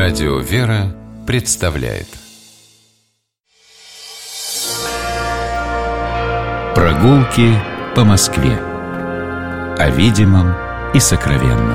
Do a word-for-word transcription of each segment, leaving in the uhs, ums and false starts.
Радио «Вера» представляет Прогулки по Москве. О видимом и сокровенном.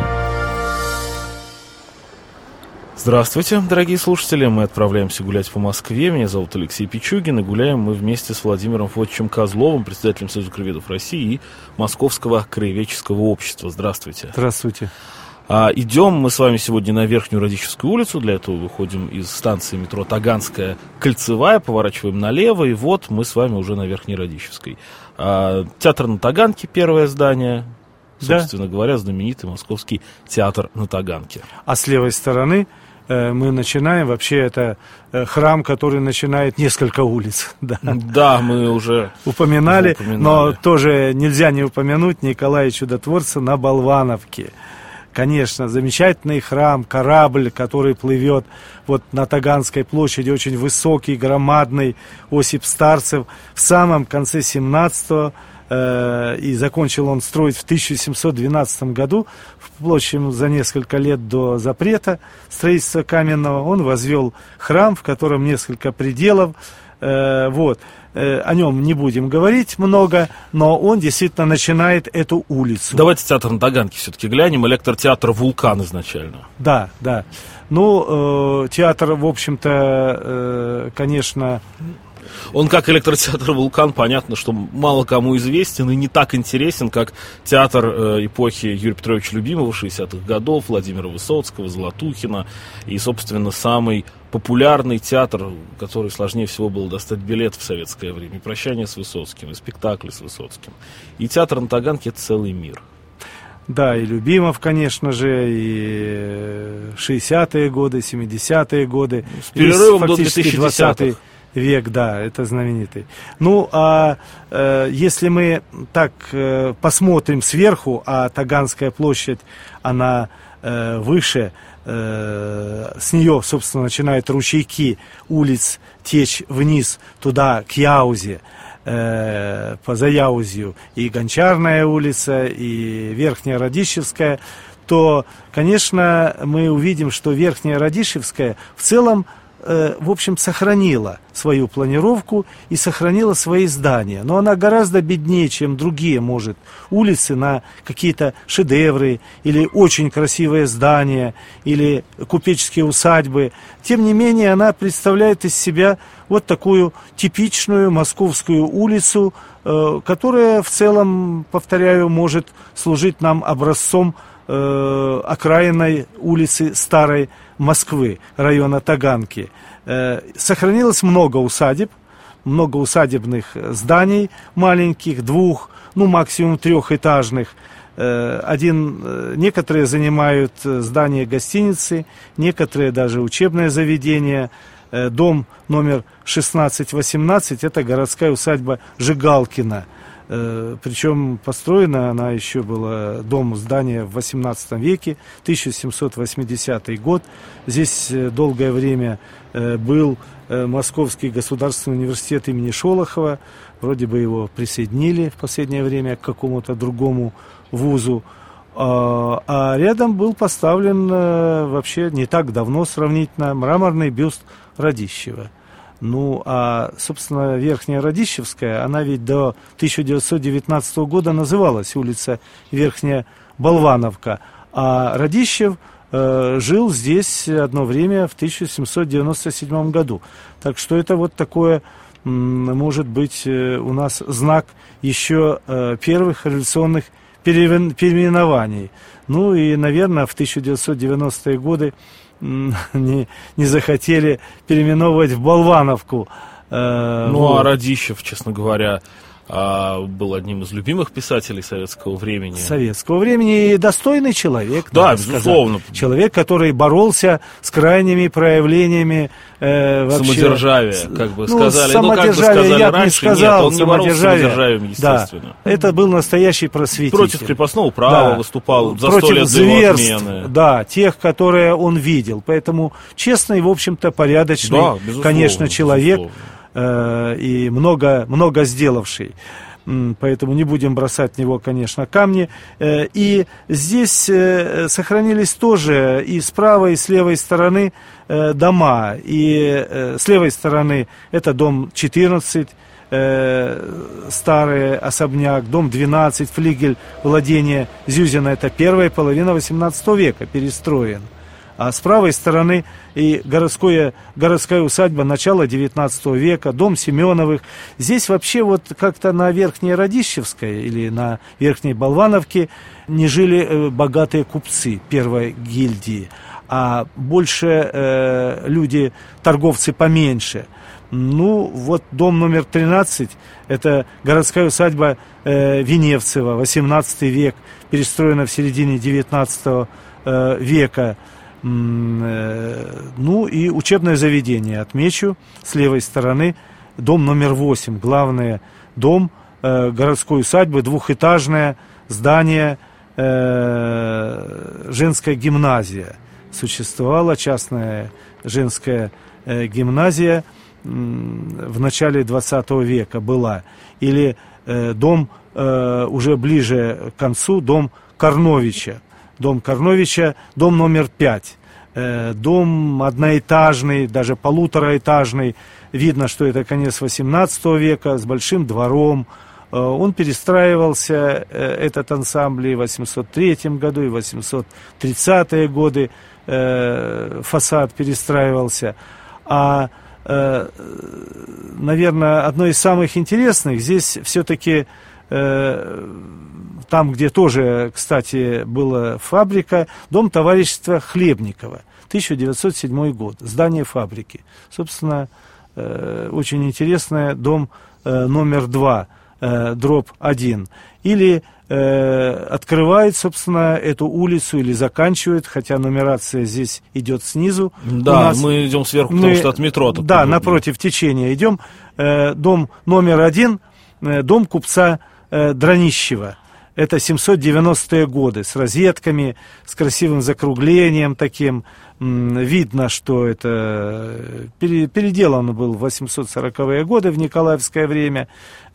Здравствуйте, дорогие слушатели. Мы отправляемся гулять по Москве. Меня зовут Алексей Пичугин. И гуляем мы вместе с Владимиром Фотичем Козловым, председателем Союза краеведов России и Московского краеведческого общества. Здравствуйте. Здравствуйте. А, идем мы с вами сегодня на Верхнюю Радищевскую улицу. Для этого выходим из станции метро Таганская, Кольцевая, поворачиваем налево. И вот мы с вами уже на Верхней Радищевской. А, театр на Таганке, первое здание. Собственно да. говоря, знаменитый Московский театр на Таганке. А с левой стороны э, мы начинаем, вообще это э, храм, который начинает несколько улиц. Да, да мы уже упоминали, упоминали, но тоже нельзя не упомянуть Николая Чудотворца на Болвановке. Конечно, замечательный храм, корабль, который плывет вот на Таганской площади, очень высокий, громадный, Осип Старцев. В самом конце семнадцатого э, и закончил он строить в тысяча семьсот двенадцатом году, впрочем, за несколько лет до запрета строительства каменного, он возвел храм, в котором несколько пределов, э, вот. О нем не будем говорить много, но он действительно начинает эту улицу. Давайте театр на Таганке все-таки глянем. Электротеатр «Вулкан» изначально. Да, да. Ну, э, театр, в общем-то, э, конечно... Он как электротеатр «Вулкан», понятно, что мало кому известен и не так интересен, как театр э, эпохи Юрия Петровича Любимого, шестидесятых годов, Владимира Высоцкого, Золотухина. И, собственно, самый популярный театр, который сложнее всего было достать билет в советское время. И «Прощание с Высоцким», и спектакли с Высоцким. И театр на Таганке — это целый мир. Да, и Любимов, конечно же, и шестидесятые годы, семидесятые годы. С перерывом до две тысячи десятых. Век, да, это знаменитый. Ну, а э, если мы так э, посмотрим сверху, а Таганская площадь, она э, выше, э, с нее, собственно, начинают ручейки улиц течь вниз, туда, к Яузе, э, по Заяузью, и Гончарная улица, и Верхняя Радищевская, то, конечно, мы увидим, что Верхняя Радищевская в целом, в общем, сохранила свою планировку и сохранила свои здания. Но она гораздо беднее, чем другие, может, улицы на какие-то шедевры или очень красивые здания, или купеческие усадьбы. Тем не менее, она представляет из себя вот такую типичную московскую улицу, которая в целом, повторяю, может служить нам образцом э, окраинной улицы Старой Москвы, района Таганки. Э, сохранилось много усадеб, много усадебных зданий маленьких, двух, ну максимум трехэтажных. Э, один, э, некоторые занимают здания гостиницы, некоторые даже учебное заведение. Э, дом номер шестнадцать восемнадцать, это городская усадьба Жигалкина. Причем построена она еще была, дом, здание в восемнадцатом веке, тысяча семьсот восьмидесятый год. Здесь долгое время был Московский государственный университет имени Шолохова. Вроде бы его присоединили в последнее время к какому-то другому вузу. А рядом был поставлен вообще не так давно сравнительно мраморный бюст Радищева. Ну, а, собственно, Верхняя Радищевская, она ведь до тысяча девятьсот девятнадцатого года называлась улица Верхняя Болвановка, а Радищев э, жил здесь одно время в тысяча семьсот девяносто седьмом году. Так что это вот такое, м, может быть, э, у нас знак еще э, первых революционных переименований. Ну и, наверное, в тысяча девятьсот девяностые годы Не, не захотели переименовывать в Болвановку. Э, ну, вот. А Радищев, честно говоря, был одним из любимых писателей советского времени. Советского времени и достойный человек. Да, безусловно. Сказать. Человек, который боролся с крайними проявлениями э, вообще, самодержавия, как бы ну, сказали. Самодержавие, ну, как бы сказали я раньше, не сказал, нет, он не боролся с самодержавием, естественно. Да, это был настоящий просветитель. Против крепостного права да. выступал за сто лет до его отмены. Да, тех, которые он видел. Поэтому честный, в общем-то, порядочный, да, конечно, человек. Безусловно. И много, много сделавший. поэтому не будем бросать в него, конечно, камни. И здесь сохранились тоже и с правой, и с левой стороны дома. И с левой стороны это дом четырнадцать, старый особняк, дом двенадцать, флигель владения Зюзина, это первая половина восемнадцатого века, перестроен. А с правой стороны и городская, городская усадьба начала девятнадцатого века, дом Семеновых. Здесь вообще вот как-то на Верхней Радищевской или на Верхней Болвановке не жили богатые купцы первой гильдии, а больше э, люди, торговцы поменьше. Ну, вот дом номер тринадцать, это городская усадьба э, Веневцева, восемнадцатый век, перестроена в середине девятнадцатого э, века. Ну и учебное заведение, отмечу, с левой стороны, дом номер восемь, главный дом э, городской усадьбы, двухэтажное здание, э, женская гимназия. Существовала частная женская э, гимназия, э, в начале двадцатого века была. Или э, дом э, уже ближе к концу, дом Корновича. Дом Корновича, дом номер пять. Э, дом одноэтажный, даже полутораэтажный. Видно, что это конец восемнадцатого века, с большим двором. Э, он перестраивался, э, этот ансамбль, и в восемьсот третьем году, и в восемьсот тридцатые годы э, фасад перестраивался. А, э, наверное, одно из самых интересных, здесь все-таки... Э, там, где тоже, кстати, была фабрика, дом товарищества Хлебникова, тысяча девятьсот седьмой год, здание фабрики. Собственно, э, очень интересное, дом э, номер два, э, дробь один. Или э, открывает, собственно, эту улицу, или заканчивает, хотя нумерация здесь идет снизу. Да, нас, мы идем сверху, мы, потому что от метро. Да, удобнее. Напротив течения идем. Э, дом номер один, э, дом купца э, Дранищева. Это семьсот девяностые годы, с розетками, с красивым закруглением таким. Видно, что это переделано был в восемьсот сороковые годы, в Николаевское время.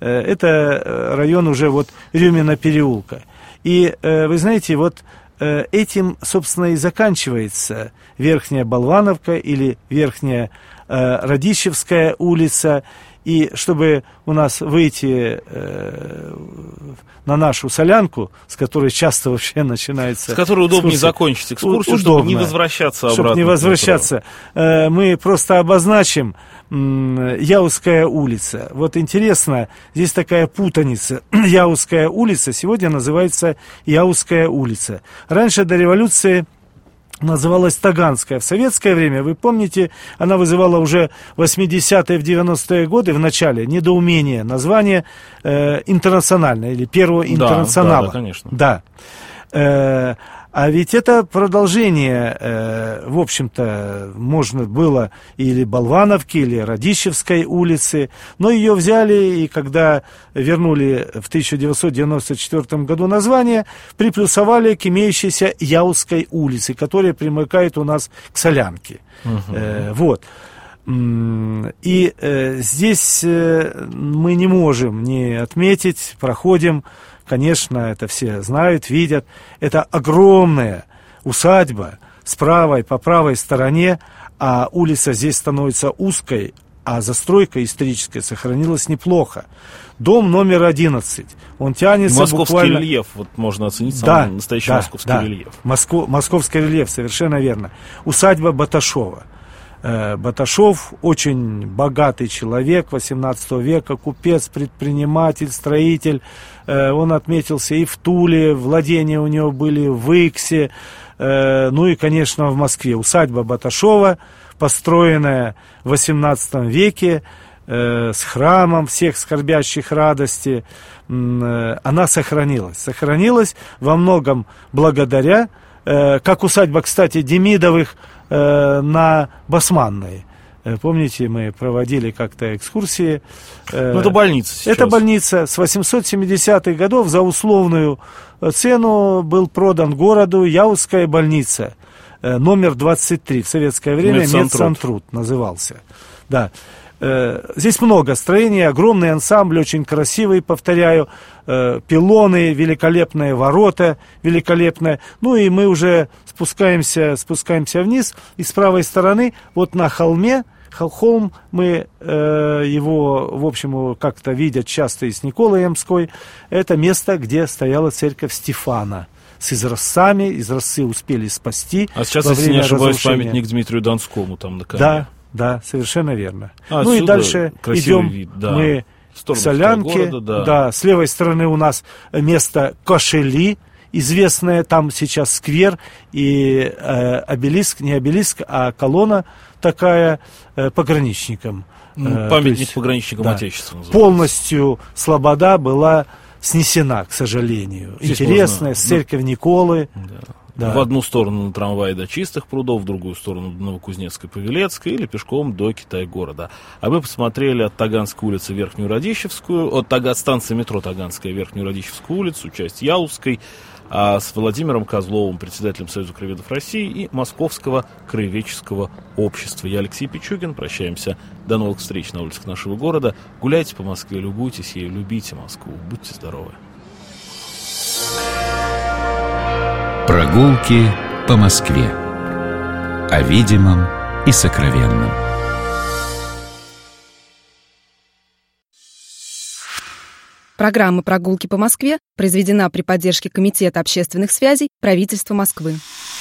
Это район уже вот Рюмина переулка. И вы знаете, вот этим, собственно, и заканчивается Верхняя Болвановка или Верхняя Радищевская улица. И чтобы у нас выйти э, на нашу солянку, с которой часто вообще начинается... С которой удобнее закончить экскурсию, удобно, чтобы не возвращаться обратно. Чтобы не возвращаться. Э, мы просто обозначим э, Яузская улица. Вот интересно, здесь такая путаница. Яузская улица сегодня называется Яузская улица. Раньше, до революции, называлась Таганская. В советское время, вы помните, она вызывала уже в восьмидесятые, в девяностые годы, в начале, недоумение. Название э, интернациональное, или первого интернационала. Да, да, конечно. Да. Э, а ведь это продолжение, э, в общем-то, можно было или Болвановки, или Радищевской улицы, но ее взяли, и когда вернули в тысяча девятьсот девяносто четвёртом году название, приплюсовали к имеющейся Яузской улице, которая примыкает у нас к Солянке. Угу. Э, вот. И э, здесь э, мы не можем не отметить, проходим, конечно, это все знают, видят, это огромная усадьба с правой, по правой стороне, а улица здесь становится узкой, а застройка историческая сохранилась неплохо. Дом номер одиннадцать, он тянется московский буквально... рельеф, вот можно оценить да, самый настоящий да, московский да. рельеф. Моско... Московский рельеф, совершенно верно. Усадьба Баташова. Баташов очень богатый человек восемнадцатого века, купец, предприниматель, строитель. Он отметился и в Туле, владения у него были в Иксе, ну и, конечно, в Москве. Усадьба Баташова, построенная в восемнадцатом веке, с храмом всех скорбящих радости, она сохранилась. Сохранилась во многом благодаря, как усадьба, кстати, Демидовых, на Басманной. Помните, мы проводили как-то экскурсии. Ну, это больница сейчас. Это больница. С восемьсот семидесятых годов за условную цену был продан городу Яузская больница. Номер двадцать три. В советское время Медсантруд назывался. Да. Здесь много строений, огромный ансамбль, очень красивый, повторяю, пилоны, великолепные ворота, великолепные. Ну и мы уже спускаемся, спускаемся вниз, и с правой стороны, вот на холме, холм, мы э, его, в общем, как-то видят часто из Николаемской, это место, где стояла церковь Стефана. С изразцами, изразцы успели спасти. А сейчас, если не ошибаюсь, памятник Дмитрию Донскому там на коне. Да, да, совершенно верно. А, ну и дальше идем вид, да. мы к Солянке. Города, да. Да, с левой стороны у нас место Кошели, известное, там сейчас сквер и э, обелиск, не обелиск, а колонна такая э, пограничникам. Ну, памятник есть, пограничникам да, Отечества называется. Полностью слобода была снесена, к сожалению. Здесь интересная, можно, с церковь Николы. Да. Да. В одну сторону на трамвае до Чистых прудов, в другую сторону до Новокузнецкой, Павелецкой или пешком до Китай-города. А мы посмотрели от Таганской улицы Верхнюю Радищевскую, от, от станции метро Таганская Верхнюю Радищевскую улицу, часть Яузской, а с Владимиром Козловым, председателем Союза краеведов России и Московского краеведческого общества. Я Алексей Пичугин. Прощаемся. До новых встреч на улицах нашего города. Гуляйте по Москве, любуйтесь ею, любите Москву. Будьте здоровы. Прогулки по Москве. О видимом и сокровенном. Программа «Прогулки по Москве» произведена при поддержке Комитета общественных связей правительства Москвы.